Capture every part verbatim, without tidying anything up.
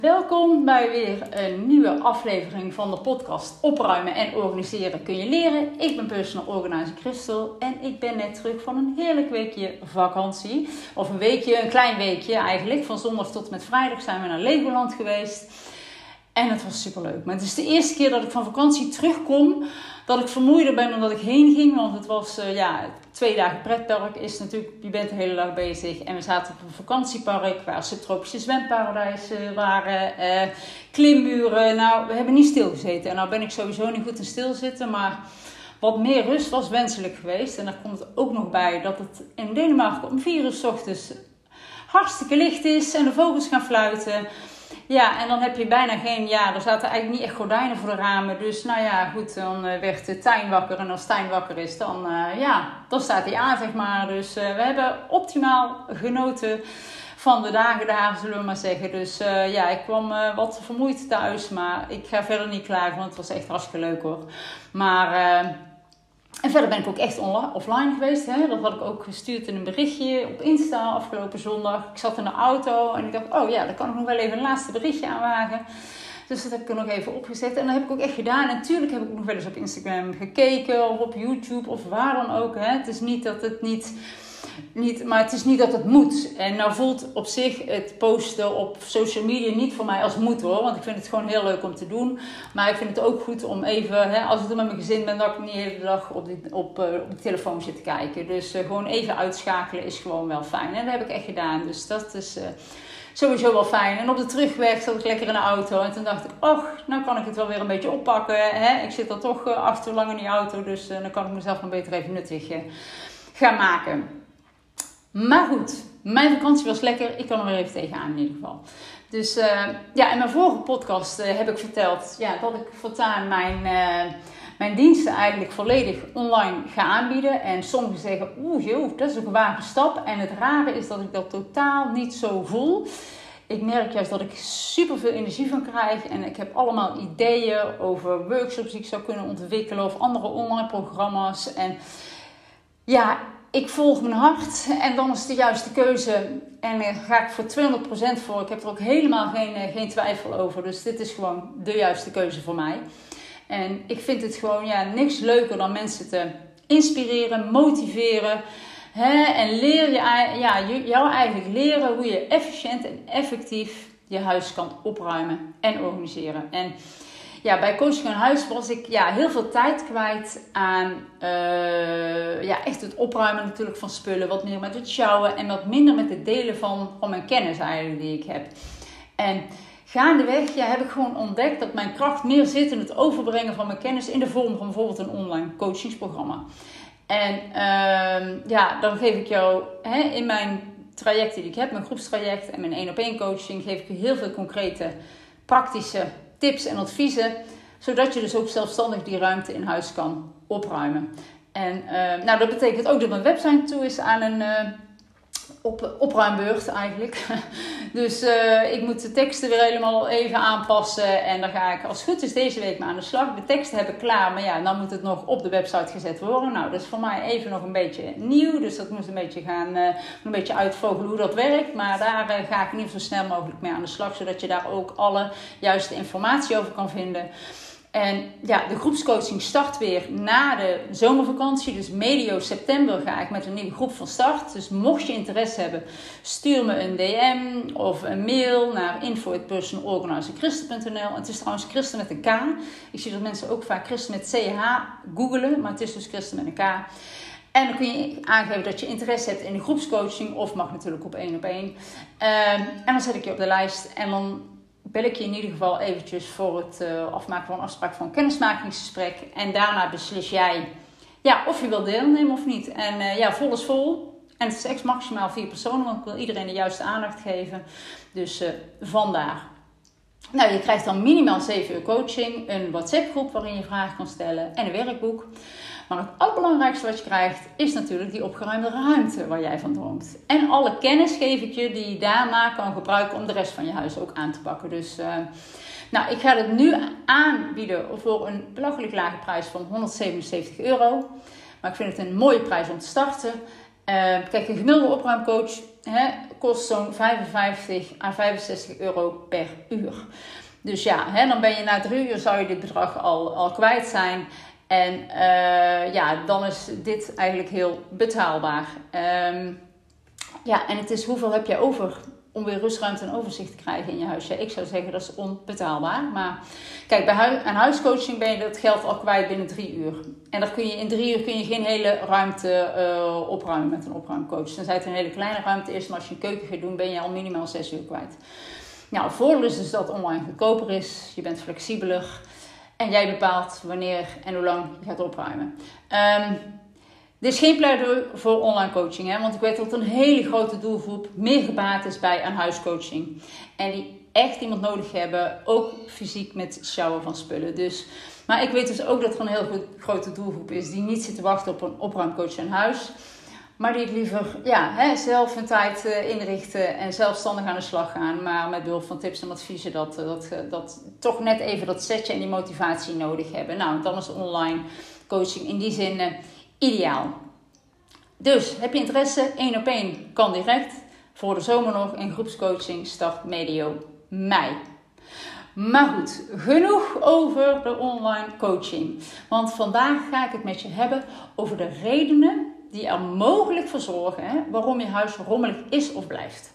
Welkom bij weer een nieuwe aflevering van de podcast Opruimen en Organiseren kun je leren. Ik ben personal organizer Christel en ik ben net terug van een heerlijk weekje vakantie. Of een weekje, een klein weekje eigenlijk. Van zondag tot met vrijdag zijn we naar Legoland geweest. En het was superleuk. Maar het is de eerste keer dat ik van vakantie terugkom, dat ik vermoeider ben dan dat ik heen ging. Want het was uh, ja, twee dagen pretpark. Is natuurlijk, je bent de hele dag bezig. En we zaten op een vakantiepark waar subtropische zwemparadijzen waren. Uh, klimmuren. Nou, we hebben niet stilgezeten. En nou ben ik sowieso niet goed in stilzitten. Maar wat meer rust was wenselijk geweest. En daar komt het ook nog bij dat het in Denemarken om vier uur 's ochtends hartstikke licht is. En de vogels gaan fluiten. Ja, en dan heb je bijna geen, ja, er zaten eigenlijk niet echt gordijnen voor de ramen. Dus nou ja, goed, dan werd de Tijn wakker. En als Tijn wakker is, dan, uh, ja, dan staat hij aan, zeg maar. Dus uh, we hebben optimaal genoten van de dagen daar, zullen we maar zeggen. Dus uh, ja, ik kwam uh, wat vermoeid thuis. Maar ik ga verder niet klagen, want het was echt hartstikke leuk hoor. Maar... Uh, En verder ben ik ook echt online, offline geweest. Hè? Dat had ik ook gestuurd in een berichtje op Insta afgelopen zondag. Ik zat in de auto en ik dacht, oh ja, dan kan ik nog wel even een laatste berichtje aanwagen. Dus dat heb ik er nog even opgezet. En dat heb ik ook echt gedaan. En natuurlijk heb ik ook nog wel eens op Instagram gekeken of op YouTube of waar dan ook. Hè? Het is niet dat het niet... Niet, maar het is niet dat het moet. En nou voelt op zich het posten op social media niet voor mij als moet hoor. Want ik vind het gewoon heel leuk om te doen. Maar ik vind het ook goed om even, hè, als ik er met mijn gezin ben, dat ik niet de hele dag op, die, op, uh, op de telefoon zit te kijken. Dus uh, gewoon even uitschakelen is gewoon wel fijn. En dat heb ik echt gedaan. Dus dat is uh, sowieso wel fijn. En op de terugweg zat ik lekker in de auto. En toen dacht ik, och, nou kan ik het wel weer een beetje oppakken. Hè? Ik zit er toch uh, acht uur lang in die auto. Dus uh, dan kan ik mezelf maar beter even nuttig uh, gaan maken. Maar goed, mijn vakantie was lekker. Ik kan er weer even tegenaan in ieder geval. Dus uh, ja, in mijn vorige podcast uh, heb ik verteld ja, dat ik voortaan mijn, uh, mijn diensten eigenlijk volledig online ga aanbieden. En sommigen zeggen, oeh joh, dat is een gewaagde stap. En het rare is dat ik dat totaal niet zo voel. Ik merk juist dat ik super veel energie van krijg. En ik heb allemaal ideeën over workshops die ik zou kunnen ontwikkelen. Of andere online programma's. En ja... Ik volg mijn hart en dan is het de juiste keuze. En daar ga ik voor tweehonderd procent voor. Ik heb er ook helemaal geen, geen twijfel over. Dus dit is gewoon de juiste keuze voor mij. En ik vind het gewoon ja, niks leuker dan mensen te inspireren, motiveren. Hè? En leer je, ja, jou eigenlijk leren hoe je efficiënt en effectief je huis kan opruimen en organiseren. En... Ja, bij Coaching aan Huis was ik ja, heel veel tijd kwijt aan uh, ja, echt het opruimen natuurlijk van spullen. Wat meer met het sjouwen en wat minder met het delen van, van mijn kennis eigenlijk die ik heb. En gaandeweg ja, heb ik gewoon ontdekt dat mijn kracht meer zit in het overbrengen van mijn kennis in de vorm van bijvoorbeeld een online coachingsprogramma. En uh, ja, dan geef ik jou hè, in mijn trajecten die ik heb, mijn groepstraject en mijn één op één coaching, geef ik je heel veel concrete, praktische tips en adviezen, zodat je dus ook zelfstandig die ruimte in huis kan opruimen. En uh, nou, dat betekent ook dat mijn website toe is aan een uh, op, opruimbeurt eigenlijk. Dus uh, ik moet de teksten weer helemaal even aanpassen en dan ga ik als het goed is deze week maar aan de slag. De teksten heb ik klaar, maar ja, dan moet het nog op de website gezet worden. Nou, dat is voor mij even nog een beetje nieuw, dus dat moet een beetje gaan, uh, een beetje uitvogelen hoe dat werkt. Maar daar uh, ga ik in ieder geval zo snel mogelijk mee aan de slag, zodat je daar ook alle juiste informatie over kan vinden. En ja, de groepscoaching start weer na de zomervakantie. Dus medio september ga ik met een nieuwe groep van start. Dus mocht je interesse hebben, stuur me een D M of een mail naar info at personal organizer christel punt n l. Het is trouwens Christel met een K. Ik zie dat mensen ook vaak Christel met C H googelen, maar het is dus Christel met een K. En dan kun je aangeven dat je interesse hebt in de groepscoaching of mag natuurlijk op één op één. Um, en dan zet ik je op de lijst en dan bel ik je in ieder geval eventjes voor het uh, afmaken van een afspraak van een kennismakingsgesprek. En daarna beslis jij ja, of je wil deelnemen of niet. En uh, ja, vol is vol. En het is echt maximaal vier personen, want ik wil iedereen de juiste aandacht geven. Dus uh, vandaar. Nou, je krijgt dan minimaal zeven uur coaching, een WhatsApp groep waarin je vragen kan stellen en een werkboek. Maar het allerbelangrijkste wat je krijgt is natuurlijk die opgeruimde ruimte waar jij van droomt. En alle kennis geef ik je die je daarna kan gebruiken om de rest van je huis ook aan te pakken. Dus uh, nou, ik ga het nu aanbieden voor een belachelijk lage prijs van honderdzevenenzeventig euro. Maar ik vind het een mooie prijs om te starten. kijk, een gemiddelde opruimcoach hè, kost zo'n vijfenvijftig à vijfenzestig euro per uur. Dus ja, hè, dan ben je na drie uur zou je dit bedrag al, al kwijt zijn. En uh, ja, dan is dit eigenlijk heel betaalbaar. Um, ja, en het is hoeveel heb je over om weer rustruimte en overzicht te krijgen in je huis. Ja, ik zou zeggen dat is onbetaalbaar. Maar kijk, bij hu- aan huiscoaching ben je dat geld al kwijt binnen drie uur. En dan kun je, in drie uur kun je geen hele ruimte uh, opruimen met een opruimcoach. Dan het een hele kleine ruimte is, maar als je een keuken gaat doen ben je al minimaal zes uur kwijt. Nou, het voordeel is dus dat online goedkoper is. Je bent flexibeler. En jij bepaalt wanneer en hoe lang je gaat opruimen. Um, Dit is geen pleidooi voor online coaching. Hè? Want ik weet dat een hele grote doelgroep meer gebaat is bij aan huiscoaching. En die echt iemand nodig hebben. Ook fysiek met sjouwen van spullen. Dus, maar ik weet dus ook dat er een heel goed, grote doelgroep is. Die niet zit te wachten op een opruimcoach aan huis. Maar die het liever ja, hè, zelf hun tijd uh, inrichten. En zelfstandig aan de slag gaan. Maar met behulp van tips en adviezen. Dat, dat, dat toch net even dat setje en die motivatie nodig hebben. Nou, dan is online coaching in die zin... Uh, ideaal. Dus, heb je interesse? één op één kan direct. Voor de zomer nog. En groepscoaching start medio mei. Maar goed, genoeg over de online coaching. Want vandaag ga ik het met je hebben over de redenen die er mogelijk voor zorgen hè, waarom je huis rommelig is of blijft.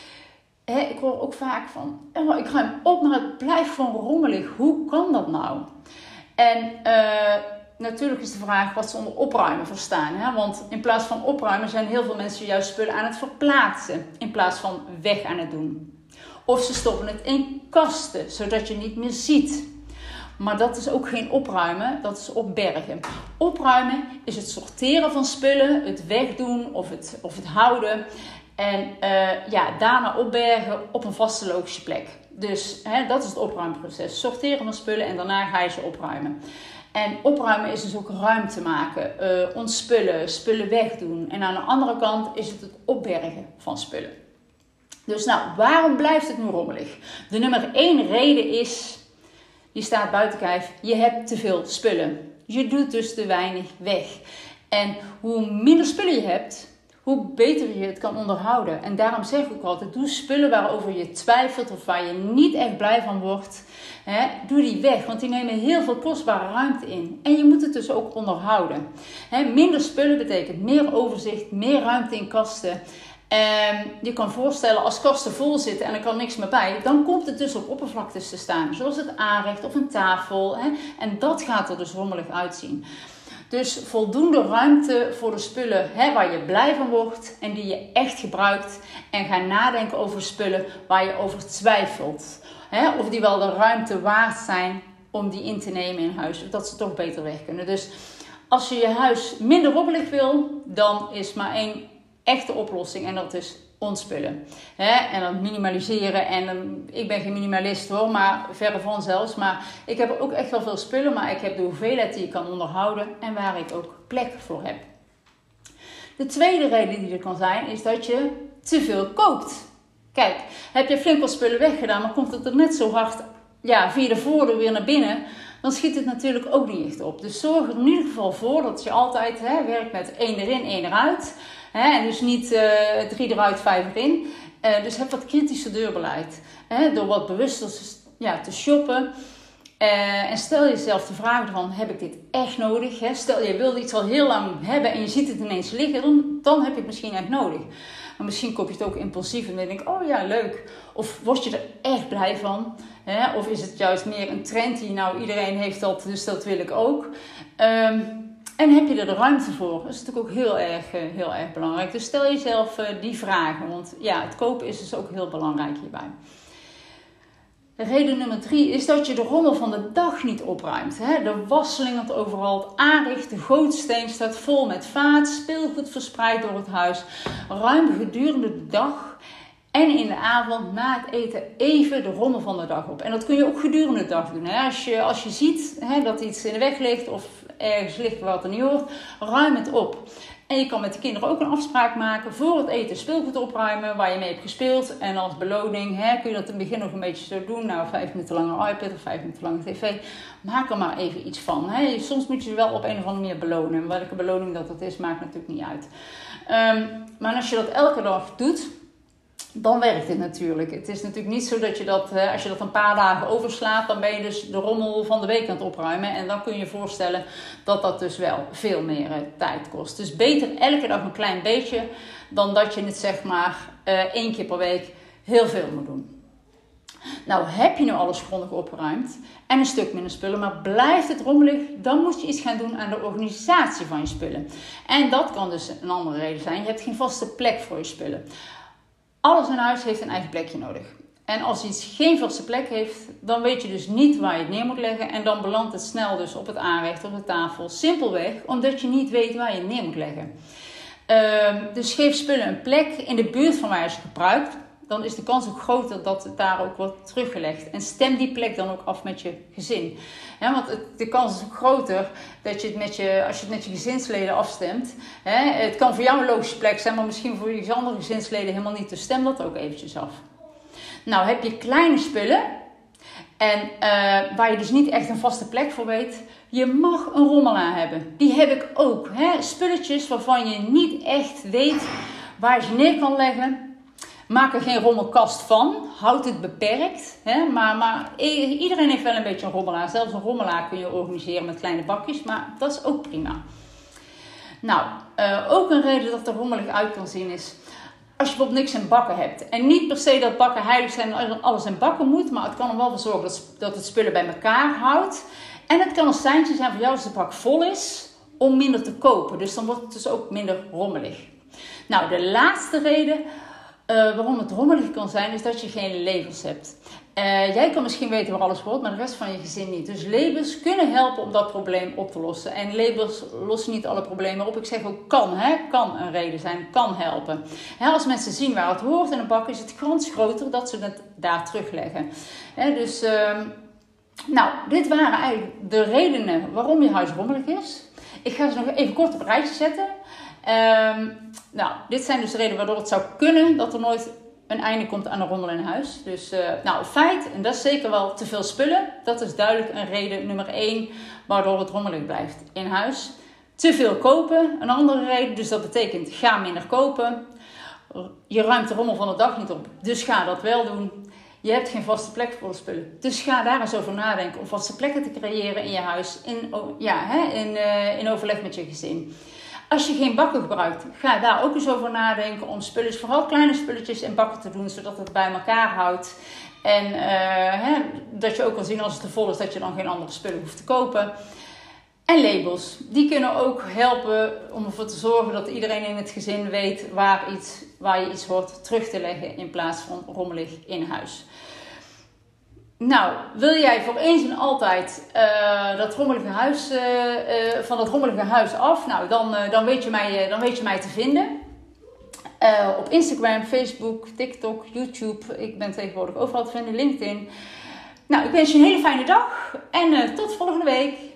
Hè, ik hoor ook vaak van, oh, ik ruim op, maar het blijft gewoon rommelig. Hoe kan dat nou? En... Uh, Natuurlijk is de vraag wat ze onder opruimen verstaan. Hè? Want in plaats van opruimen zijn heel veel mensen juist spullen aan het verplaatsen. In plaats van weg aan het doen. Of ze stoppen het in kasten, zodat je het niet meer ziet. Maar dat is ook geen opruimen, dat is opbergen. Opruimen is het sorteren van spullen, het wegdoen of het, of het houden. En uh, ja, daarna opbergen op een vaste logische plek. Dus hè, dat is het opruimproces. Sorteren van spullen en daarna ga je ze opruimen. En opruimen is dus ook ruimte maken, uh, ontspullen, spullen wegdoen. En aan de andere kant is het het opbergen van spullen. Dus nou, waarom blijft het nu rommelig? De nummer één reden is, die staat buiten kijf, je hebt te veel spullen. Je doet dus te weinig weg. En hoe minder spullen je hebt, hoe beter je het kan onderhouden. En daarom zeg ik ook altijd, doe spullen waarover je twijfelt of waar je niet echt blij van wordt. He, doe die weg, want die nemen heel veel kostbare ruimte in. En je moet het dus ook onderhouden. He, minder spullen betekent meer overzicht, meer ruimte in kasten. En je kan voorstellen, als kasten vol zitten en er kan niks meer bij, dan komt het dus op oppervlaktes te staan. Zoals het aanrecht of een tafel. He, en dat gaat er dus rommelig uitzien. Dus voldoende ruimte voor de spullen hè, waar je blij van wordt en die je echt gebruikt. En ga nadenken over spullen waar je over twijfelt. Hè, of die wel de ruimte waard zijn om die in te nemen in huis. Of dat ze toch beter weg kunnen. Dus als je je huis minder rommelig wil, dan is maar één echte oplossing. En dat is ontspullen. Hè? En dan minimaliseren. En um, ik ben geen minimalist hoor, maar verre van zelfs. Maar ik heb ook echt wel veel spullen. Maar ik heb de hoeveelheid die ik kan onderhouden. En waar ik ook plek voor heb. De tweede reden die er kan zijn, is dat je te veel koopt. Kijk, heb je flink wat spullen weggedaan, maar komt het er net zo hard ja, via de voordeur weer naar binnen, dan schiet het natuurlijk ook niet echt op. Dus zorg er in ieder geval voor dat je altijd hè, werkt met één erin, één eruit. Hè, en dus niet uh, drie eruit, vijf erin. Uh, dus heb wat kritischer deurbeleid. Hè, door wat bewuster ja, te shoppen. Uh, en stel jezelf de vraag van, heb ik dit echt nodig? Hè? Stel, je wilde iets al heel lang hebben en je ziet het ineens liggen, dan, dan heb je het misschien echt nodig. Maar misschien koop je het ook impulsief en dan denk ik, oh ja, leuk. Of word je er echt blij van? Hè? Of is het juist meer een trend die, nou iedereen heeft dat, dus dat wil ik ook. Um, en heb je er de ruimte voor? Dat is natuurlijk ook heel erg, heel erg belangrijk. Dus stel jezelf uh, die vragen, want ja, het kopen is dus ook heel belangrijk hierbij. Reden nummer drie is dat je de rommel van de dag niet opruimt. De was slingert overal, het aanrecht, de gootsteen staat vol met vaat, speelgoed verspreid door het huis. Ruim gedurende de dag en in de avond na het eten even de rommel van de dag op. En dat kun je ook gedurende de dag doen. Als je, als je ziet dat iets in de weg ligt of ergens ligt wat er niet hoort, ruim het op. En je kan met de kinderen ook een afspraak maken voor het eten speelgoed opruimen waar je mee hebt gespeeld. En als beloning hè, kun je dat in het begin nog een beetje zo doen. Nou, vijf minuten lang een iPad of vijf minuten lang een tv. Maak er maar even iets van. Hè. Soms moet je je wel op een of andere manier belonen. Welke beloning dat het is, maakt natuurlijk niet uit. Um, maar als je dat elke dag doet, dan werkt het natuurlijk. Het is natuurlijk niet zo dat je dat, als je dat een paar dagen overslaat, dan ben je dus de rommel van de week aan het opruimen. En dan kun je je voorstellen dat dat dus wel veel meer uh, tijd kost. Dus beter elke dag een klein beetje, dan dat je het zeg maar uh, één keer per week heel veel moet doen. Nou, heb je nu alles grondig opgeruimd en een stuk minder spullen, maar blijft het rommelig, dan moet je iets gaan doen aan de organisatie van je spullen. En dat kan dus een andere reden zijn. Je hebt geen vaste plek voor je spullen. Alles in huis heeft een eigen plekje nodig. En als iets geen vaste plek heeft, dan weet je dus niet waar je het neer moet leggen. En dan belandt het snel dus op het aanrecht, op de tafel. Simpelweg omdat je niet weet waar je het neer moet leggen. Uh, dus geef spullen een plek in de buurt van waar je ze gebruikt. Dan is de kans ook groter dat het daar ook wordt teruggelegd. En stem die plek dan ook af met je gezin. He, want het, de kans is ook groter dat je het met je, als je het met je gezinsleden afstemt. He, het kan voor jou een logische plek zijn, maar misschien voor je andere gezinsleden helemaal niet. Dus stem dat ook eventjes af. Nou, heb je kleine spullen en uh, waar je dus niet echt een vaste plek voor weet. Je mag een rommelaar hebben. Die heb ik ook. He, spulletjes waarvan je niet echt weet waar je ze neer kan leggen. Maak er geen rommelkast van. Houd het beperkt. Hè? Maar, maar iedereen heeft wel een beetje een rommelaar. Zelfs een rommelaar kun je organiseren met kleine bakjes. Maar dat is ook prima. Nou, uh, ook een reden dat er rommelig uit kan zien is als je bijvoorbeeld niks in bakken hebt. En niet per se dat bakken heilig zijn en alles in bakken moet. Maar het kan er wel voor zorgen dat, dat het spullen bij elkaar houdt. En het kan een seintje zijn voor jou als de bak vol is om minder te kopen. Dus dan wordt het dus ook minder rommelig. Nou, de laatste reden Uh, waarom het rommelig kan zijn, is dat je geen labels hebt. Uh, jij kan misschien weten waar alles hoort, maar de rest van je gezin niet. Dus labels kunnen helpen om dat probleem op te lossen. En labels lossen niet alle problemen op. Ik zeg ook kan, hè? Kan een reden zijn, kan helpen. Hè, als mensen zien waar het hoort in een bak, is het kans groter dat ze het daar terugleggen. Hè, dus, uh, nou, dit waren eigenlijk de redenen waarom je huis rommelig is. Ik ga ze nog even kort op een rijtje zetten. Um, nou, dit zijn dus de redenen waardoor het zou kunnen dat er nooit een einde komt aan een rommel in huis. Dus, uh, nou, feit, en dat is zeker wel te veel spullen. Dat is duidelijk een reden nummer één waardoor het rommelig blijft in huis. Te veel kopen, een andere reden. Dus dat betekent, ga minder kopen. Je ruimt de rommel van de dag niet op, dus ga dat wel doen. Je hebt geen vaste plek voor de spullen. Dus ga daar eens over nadenken om vaste plekken te creëren in je huis. In, ja, hè, in, uh, in overleg met je gezin. Als je geen bakken gebruikt, ga daar ook eens over nadenken om spulletjes, vooral kleine spulletjes in bakken te doen, zodat het bij elkaar houdt. En uh, hè, dat je ook kan zien als het te vol is, dat je dan geen andere spullen hoeft te kopen. En labels, die kunnen ook helpen om ervoor te zorgen dat iedereen in het gezin weet waar, iets, waar je iets hoort terug te leggen in plaats van rommelig in huis. Nou, wil jij voor eens en altijd uh, dat rommelige huis, uh, uh, van dat rommelige huis af? Nou, dan, uh, dan, weet je mij, uh, dan weet je mij te vinden. Uh, op Instagram, Facebook, TikTok, YouTube. Ik ben tegenwoordig overal te vinden, LinkedIn. Nou, ik wens je een hele fijne dag en uh, tot volgende week.